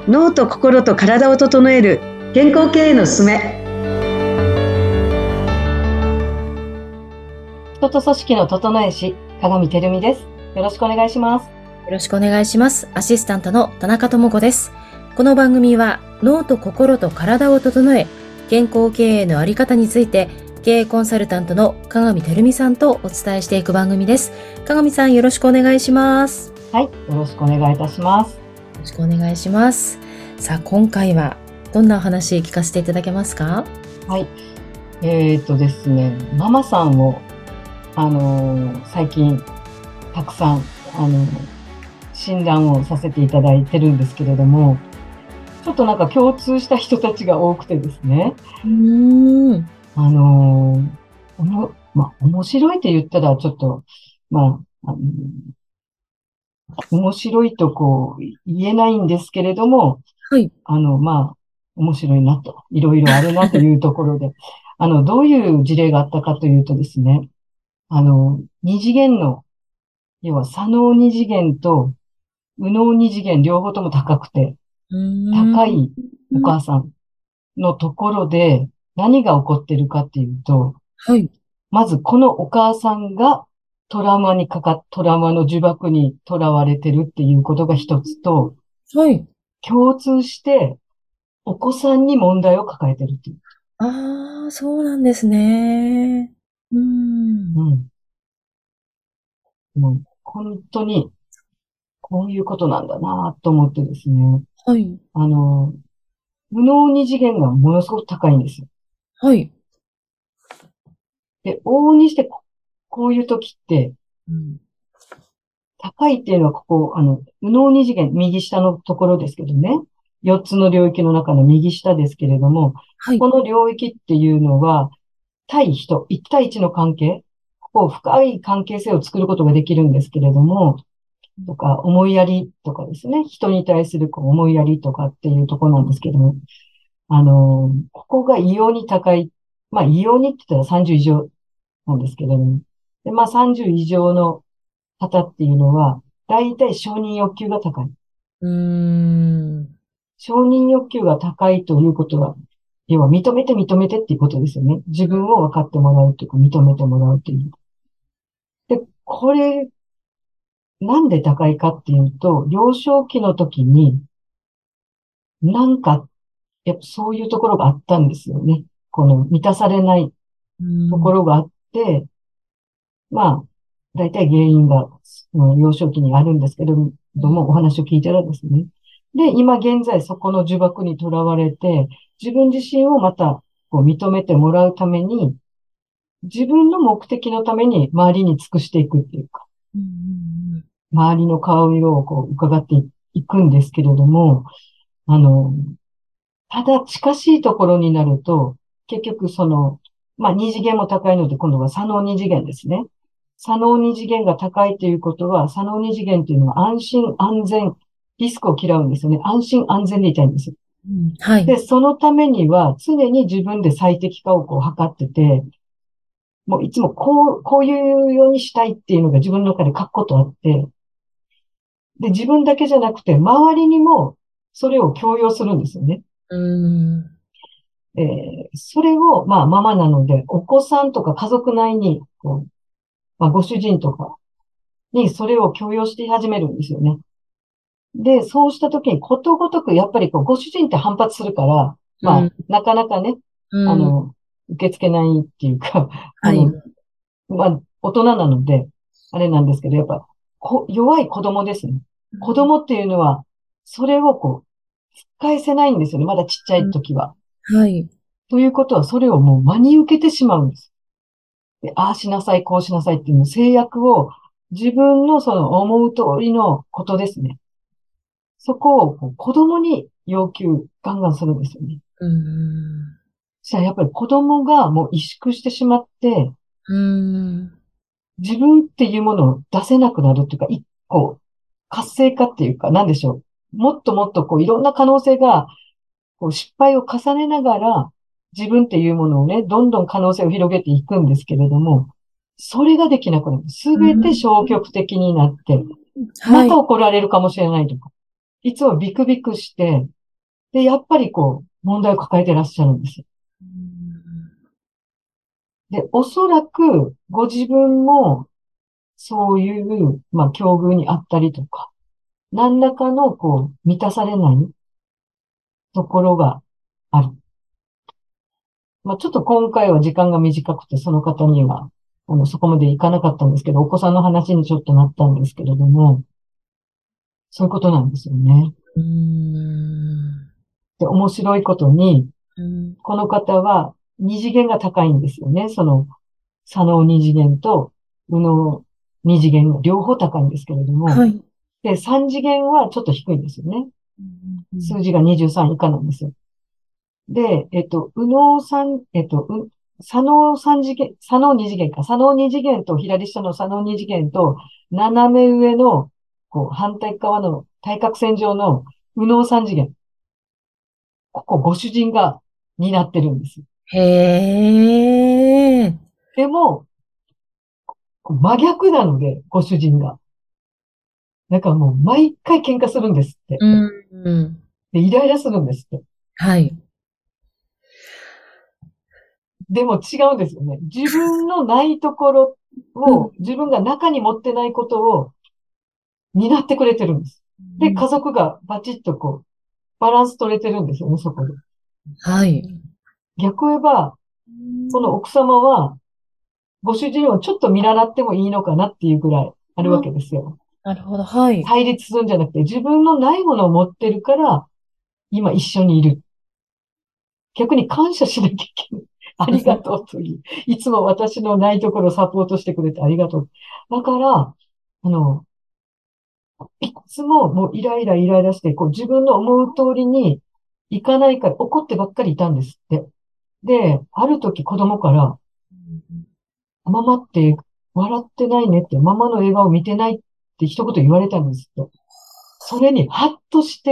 脳と心と体を整える健康経営のすすめ。人と組織の整え師、鏡てるみです。よろしくお願いします。 よろしくお願いします。アシスタントの田中智子です。この番組は脳と心と体を整え、健康経営のあり方について経営コンサルタントの鏡てるみさんとお伝えしていく番組です。鏡さん、よろしくお願いします。 はい、よろしくお願いいたします。 よろしくお願いします。さあ、今回はどんなお話聞かせていただけますか？ はい、ですね、ママさんを最近たくさん診断をさせていただいてるんですけれども、ちょっとなんか共通した人たちが多くてですね、面白いって言ったらちょっと、面白いと言えないんですけれども、 はい。 面白いなと、いろいろあるなというところで、どういう事例があったかというとですね、二次元の、要は左脳二次元と右脳二次元両方とも高くて、高いお母さんのところで何が起こってるかっていうと、 はい。 まずこのお母さんがトラウマの呪縛にとらわれてるっていうことが一つと、 はい。 共通してお子さんに問題を抱えてるっていう。 ああ、そうなんですね。 うん。もう本当にこういうことなんだなと思ってですね。 はい。 あの、無能二次元がものすごく高いんですよ。 はい。 で、往々にしてこういう時って、高いっていうのは無能二次元、右下のところですけどね。4つの領域の中の右下ですけれども、 はい。 この領域っていうのは、対人、一対一の関係、深い関係性を作ることができるんですけれども、とか、思いやりとかですね。人に対する思いやりとかっていうところなんですけども、ここが異様に高い。異様にって言ったら30以上なんですけれども。で、30以上の方っていうのは、大体承認欲求が高い。 うーん。 承認欲求が高いということは、要は認めてっていうことですよね。自分を分かってもらうというか、認めてもらうという。で、これ、なんで高いかっていうと、幼少期の時に、なんか、やっぱそういうところがあったんですよね。この満たされないところがあって、まあ、大体原因が、幼少期にあるんですけれども、お話を聞いたらですね。で、今現在そこの呪縛にとらわれて、自分自身をまた認めてもらうために、自分の目的のために周りに尽くしていくっていうか、周りの顔色を伺っていくんですけれども、あの、ただ近しいところになると、結局二次元も高いので、今度は左脳二次元ですね。左脳二次元が高いということは、左脳二次元というのは安心安全、リスクを嫌うんですよね。安心安全でいたいんですよ。 はい。 で、そのためには常に自分で最適化を測ってて、もういつもこういうようにしたいっていうのが自分の中で書くことあって、で、自分だけじゃなくて、周りにもそれを強要するんですよね。 うーん。 それを、ママなので、お子さんとか家族内に、ご主人とかにそれを強要して始めるんですよね。で、そうしたときにことごとく、やっぱりご主人って反発するから、 うん。 なかなかね、あうん。 の、受け付けないっていうか、 はい。 大人なので、あれなんですけど、やっぱ、弱い子供ですね。子供っていうのは、それを返せないんですよね。まだちっちゃい時は。 はい。 ということは、それをもう真に受けてしまうんです。で、ああしなさい、こうしなさいっていう制約を自分のその思う通りのことですね。そこを子供に要求ガンガンするんですよね。 うーん。 じゃあやっぱり子供がもう萎縮してしまって、 うーん。 自分っていうものを出せなくなるっていうか、活性化っていうか、なんでしょう。もっともっといろんな可能性が、失敗を重ねながら、自分っていうものをね、どんどん可能性を広げていくんですけれども、それができなくなる。すべて消極的になって、まはい。 た怒られるかもしれないとか、いつもビクビクして、 で、やっぱりこう、問題を抱えてらっしゃるんですよ。で、おそらく、ご自分も、そういう、まあ、境遇にあったりとか、何らかの、こう、満たされないところがある。まあ、ちょっと今回は時間が短くて、その方には、そこまでいかなかったんですけど、お子さんの話にちょっとなったんですけれども、そういうことなんですよね。 うーん。 で、面白いことに、 うん。 この方は二次元が高いんですよね。その、左脳二次元と右脳二次元が両方高いんですけれども、 はい。 で、三次元はちょっと低いんですよね。 うんうん。 数字が23以下なんですよ。で、右脳三、左脳三次元、左脳二次元か。左脳二次元と左下の左脳二次元と、斜め上の、こう、反対側の対角線上の右脳三次元。ここご主人が担ってるんです。 へえ。 でも、真逆なので、ご主人が。だからもう毎回喧嘩するんですって。 うん。うん。 で、イライラするんですって。 はい。 でも違うんですよね。自分のないところうん。 を、自分が中に持ってないことを担ってくれてるんです。で、家族がバチッとこう、バランス取れてるんですよね、そこで。 はい。 逆を言えば、この奥様は、ご主人をちょっと見習ってもいいのかなっていうぐらいあるわけですよ。 なるほど。はい。 対立するんじゃなくて、自分のないものを持ってるから、今一緒にいる。逆に感謝しなきゃいけない。ありがとうという。いつも私のないところをサポートしてくれてありがとう。だから、いつももうイライライライラして、こう自分の思う通りにいかないから怒ってばっかりいたんですって。で、ある時子供から、ママって笑ってないねって、ママの笑顔見てないって一言言われたんですって。それにハッとして、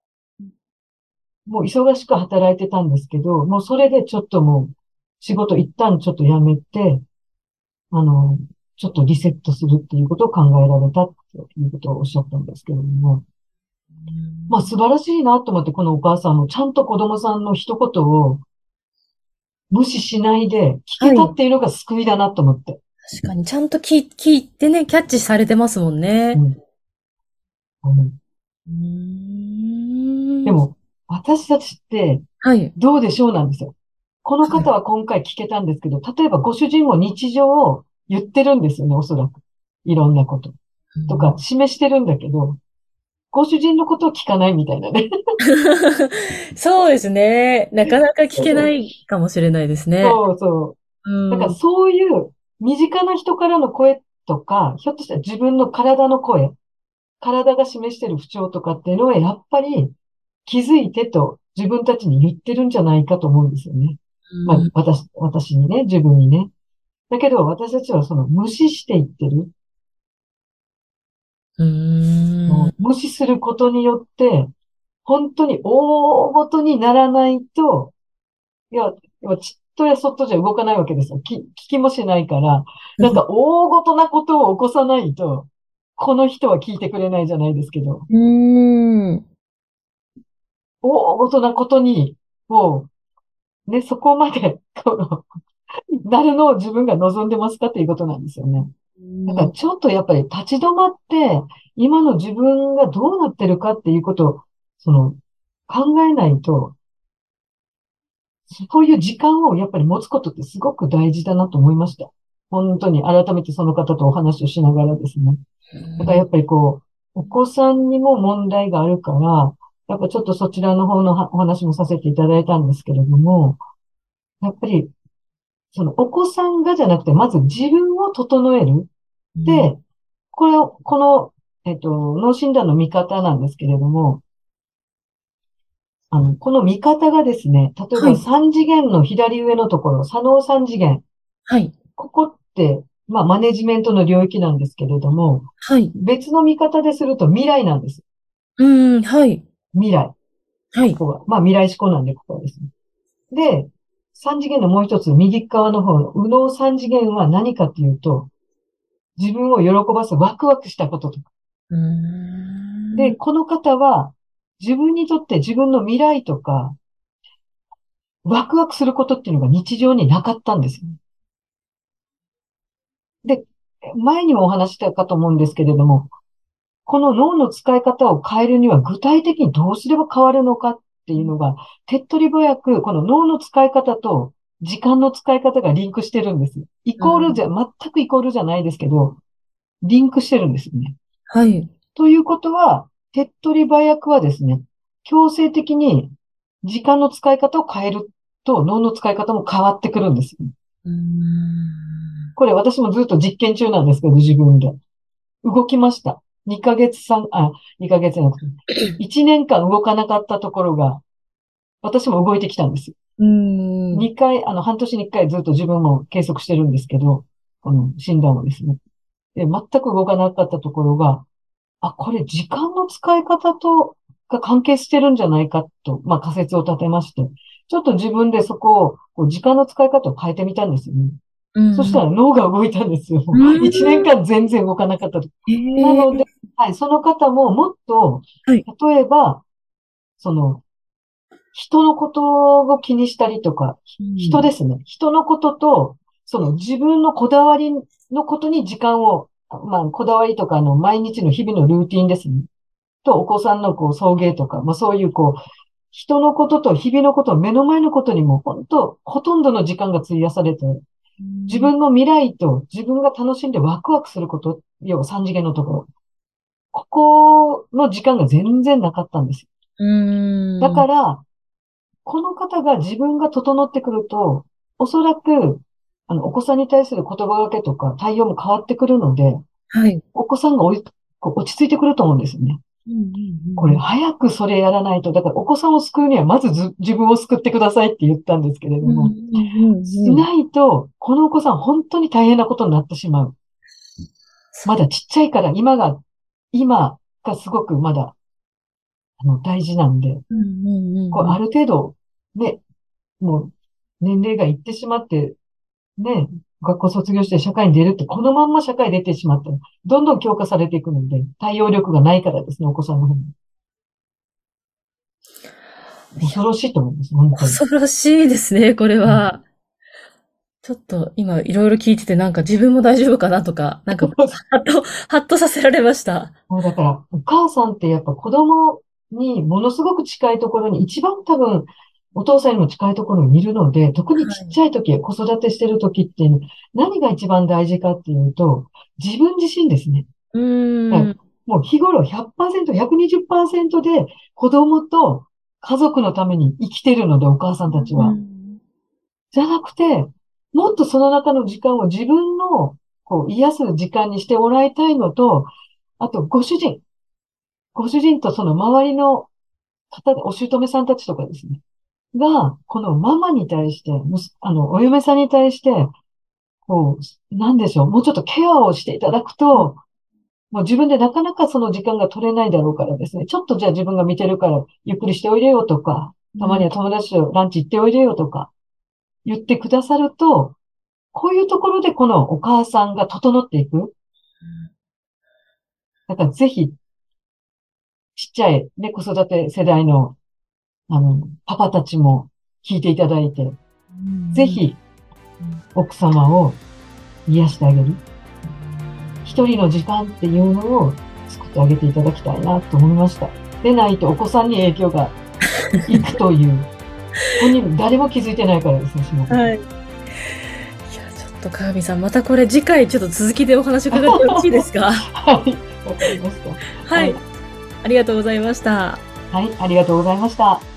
もう忙しく働いてたんですけど、もうそれでちょっともう仕事一旦ちょっとやめて、あの、ちょっとリセットするっていうことを考えられたっていうことをおっしゃったんですけれども、まあ素晴らしいなと思って、このお母さんもちゃんと子供さんの一言を無視しないで聞けはい。 たっていうのが救いだなと思って。 確かに、ちゃんと聞いてね、キャッチされてますもんね。 うん。あのうーん。 でも、私たちってはい。 どうでしょうなんですよ。このはい。 方は今回聞けたんですけど、例えばご主人も日常を言ってるんですよね、おそらく。いろんなこと。とか、示してるんだけど、ご主人のことを聞かないみたいなね。 そうですね。なかなか聞けないかもしれないですね。 そうそう。だからうん。 そういう身近な人からの声とか、ひょっとしたら自分の体の声、体が示してる不調とかっていうのは、やっぱり気づいてと自分たちに言ってるんじゃないかと思うんですよね。まあ、 うん。 私にね、自分にね。だけど、私たちはその無視していってる。 うーん。 無視することによって、本当に大ごとにならないと、いやちっとやそっとじゃ動かないわけですよ。聞きもしないから、なんか大ごとなことを起こさないと、この人は聞いてくれないじゃないですけど、 うーん。 大ごとなことに、もう、ね、そこまで、なるのを自分が望んでますかっていうことなんですよね。だからちょっとやっぱり立ち止まって、今の自分がどうなってるかっていうことを、その、考えないと、そういう時間をやっぱり持つことってすごく大事だなと思いました。本当に改めてその方とお話をしながらですね。だからやっぱりこう、お子さんにも問題があるから、やっぱちょっとそちらの方のお話もさせていただいたんですけれども、やっぱり、そのお子さんがじゃなくて、まず自分を整える。で、この、脳診断の見方なんですけれども、この見方がですね、例えばはい。 3次元の左上のところ、左脳3次元、 はい。 ここって、まあ、マネジメントの領域なんですけれども、 はい。 別の見方ですると未来なんです。 うーん。はい。 未来。 はい。 ここは。まあ、未来思考なんで、ここはですね。で、3次元のもう一つ、右側の方の右脳3次元は何かというと、自分を喜ばすワクワクしたこととか。 うーで、 ん。 この方は、 自分にとって自分の未来とか、ワクワクすることっていうのが日常になかったんですよ。で、前にもお話ししたかと思うんですけれども、この脳の使い方を変えるには具体的にどうすれば変わるのかっていうのが、手っ取り早く、この脳の使い方と時間の使い方がリンクしてるんです。イコールじゃ、全くイコールじゃないですけど、リンクしてるんですよね。 はい。 ということは、手っ取り早くはですね、強制的に時間の使い方を変えると脳の使い方も変わってくるんですよ。 うーん。 これ私もずっと実験中なんですけど、自分で。動きました。2ヶ月2ヶ月じゃなくて、1年間動かなかったところが、私も動いてきたんですよ。 うーん。 2回、半年に1回ずっと自分も計測してるんですけど、この診断をですね。で、全く動かなかったところが、これ時間の使い方が関係してるんじゃないかと、仮説を立てまして、ちょっと自分でそこを、時間の使い方を変えてみたんですよね。そしたら脳が動いたんですよ。 う 1年ん。 間全然動かなかったと。なへえ。 ので、はい、その方ももっと、 はい。 例えば、その、人のことを気にしたりとか、 うん。 人ですね。人のことと、その自分のこだわりのことに時間を、こだわりとか毎日の日々のルーティンですね。と、お子さんの送迎とか、そういう人のことと日々のこと、目の前のことにも、本当ほとんどの時間が費やされて、 うん。 自分の未来と自分が楽しんでワクワクすること、要は三次元のところ。ここの時間が全然なかったんですよ。 うだーん。 から、この方が自分が整ってくると、おそらく、お子さんに対する言葉がけとか対応も変わってくるので、 はい。 お子さんが落ち着いてくると思うんですよね。 うんうんこれ、 うん早くそれやらないと、だからお子さんを救うには、まず自分を救ってくださいって言ったんですけれどうん。うんも、 うんうんうん。 しないと、このお子さん本当に大変なことになってしまう。まだちっちゃいから、今がすごくまだ、大事なんで、 うんうんうんうん。 ある程度、ね、もう、年齢がいってしまって、ね、学校卒業して社会に出るって、このまんま社会に出てしまったら、どんどん強化されていくので、対応力がないからですね、お子さんの方に。 いや、 恐ろしいと思います、本当に。 恐ろしいですね、これうん。 は。ちょっと今いろいろ聞いててなんか自分も大丈夫かなとか、なんかハッとさせられました。 もうだから、お母さんってやっぱ子供にものすごく近いところに、一番多分、お父さんにも近いところにいるので、特にちっはい。 ちゃい時、子育てしてる時っていうの、何が一番大事かっていうと、自分自身ですね。 うだからーん。 もう日頃100%、120%で子供と家族のために生きてるので、お母さんたちうは。 ん。 じゃなくて、もっとその中の時間を自分の癒す時間にしてもらいたいのと、あとご主人とその周りの方で、お姑さんたちとかですね、が、このママに対して、お嫁さんに対して、なんでしょう、もうちょっとケアをしていただくと、もう自分でなかなかその時間が取れないだろうからですね、ちょっとじゃあ自分が見てるからゆっくりしておいでよとか、たまには友達とランチ行っておいでよとか言ってくださると、こういうところでこのお母さんが整っていく。だからぜひ、ちっちゃいね、子育て世代の、パパたちも聞いていただいて、ぜひ、奥様を癒してあげる。一人の時間っていうのを作ってあげていただきたいなと思いました。でないとお子さんに影響がいくという、本人誰も気づいてないからですね、そのこと。 はい。いや、ちょっと川上さん、またこれ次回ちょっと続きでお話伺ってよろしいですか？ はい、わかりました。 はい。 はい、 ありがとうございました。 はい、ありがとうございました。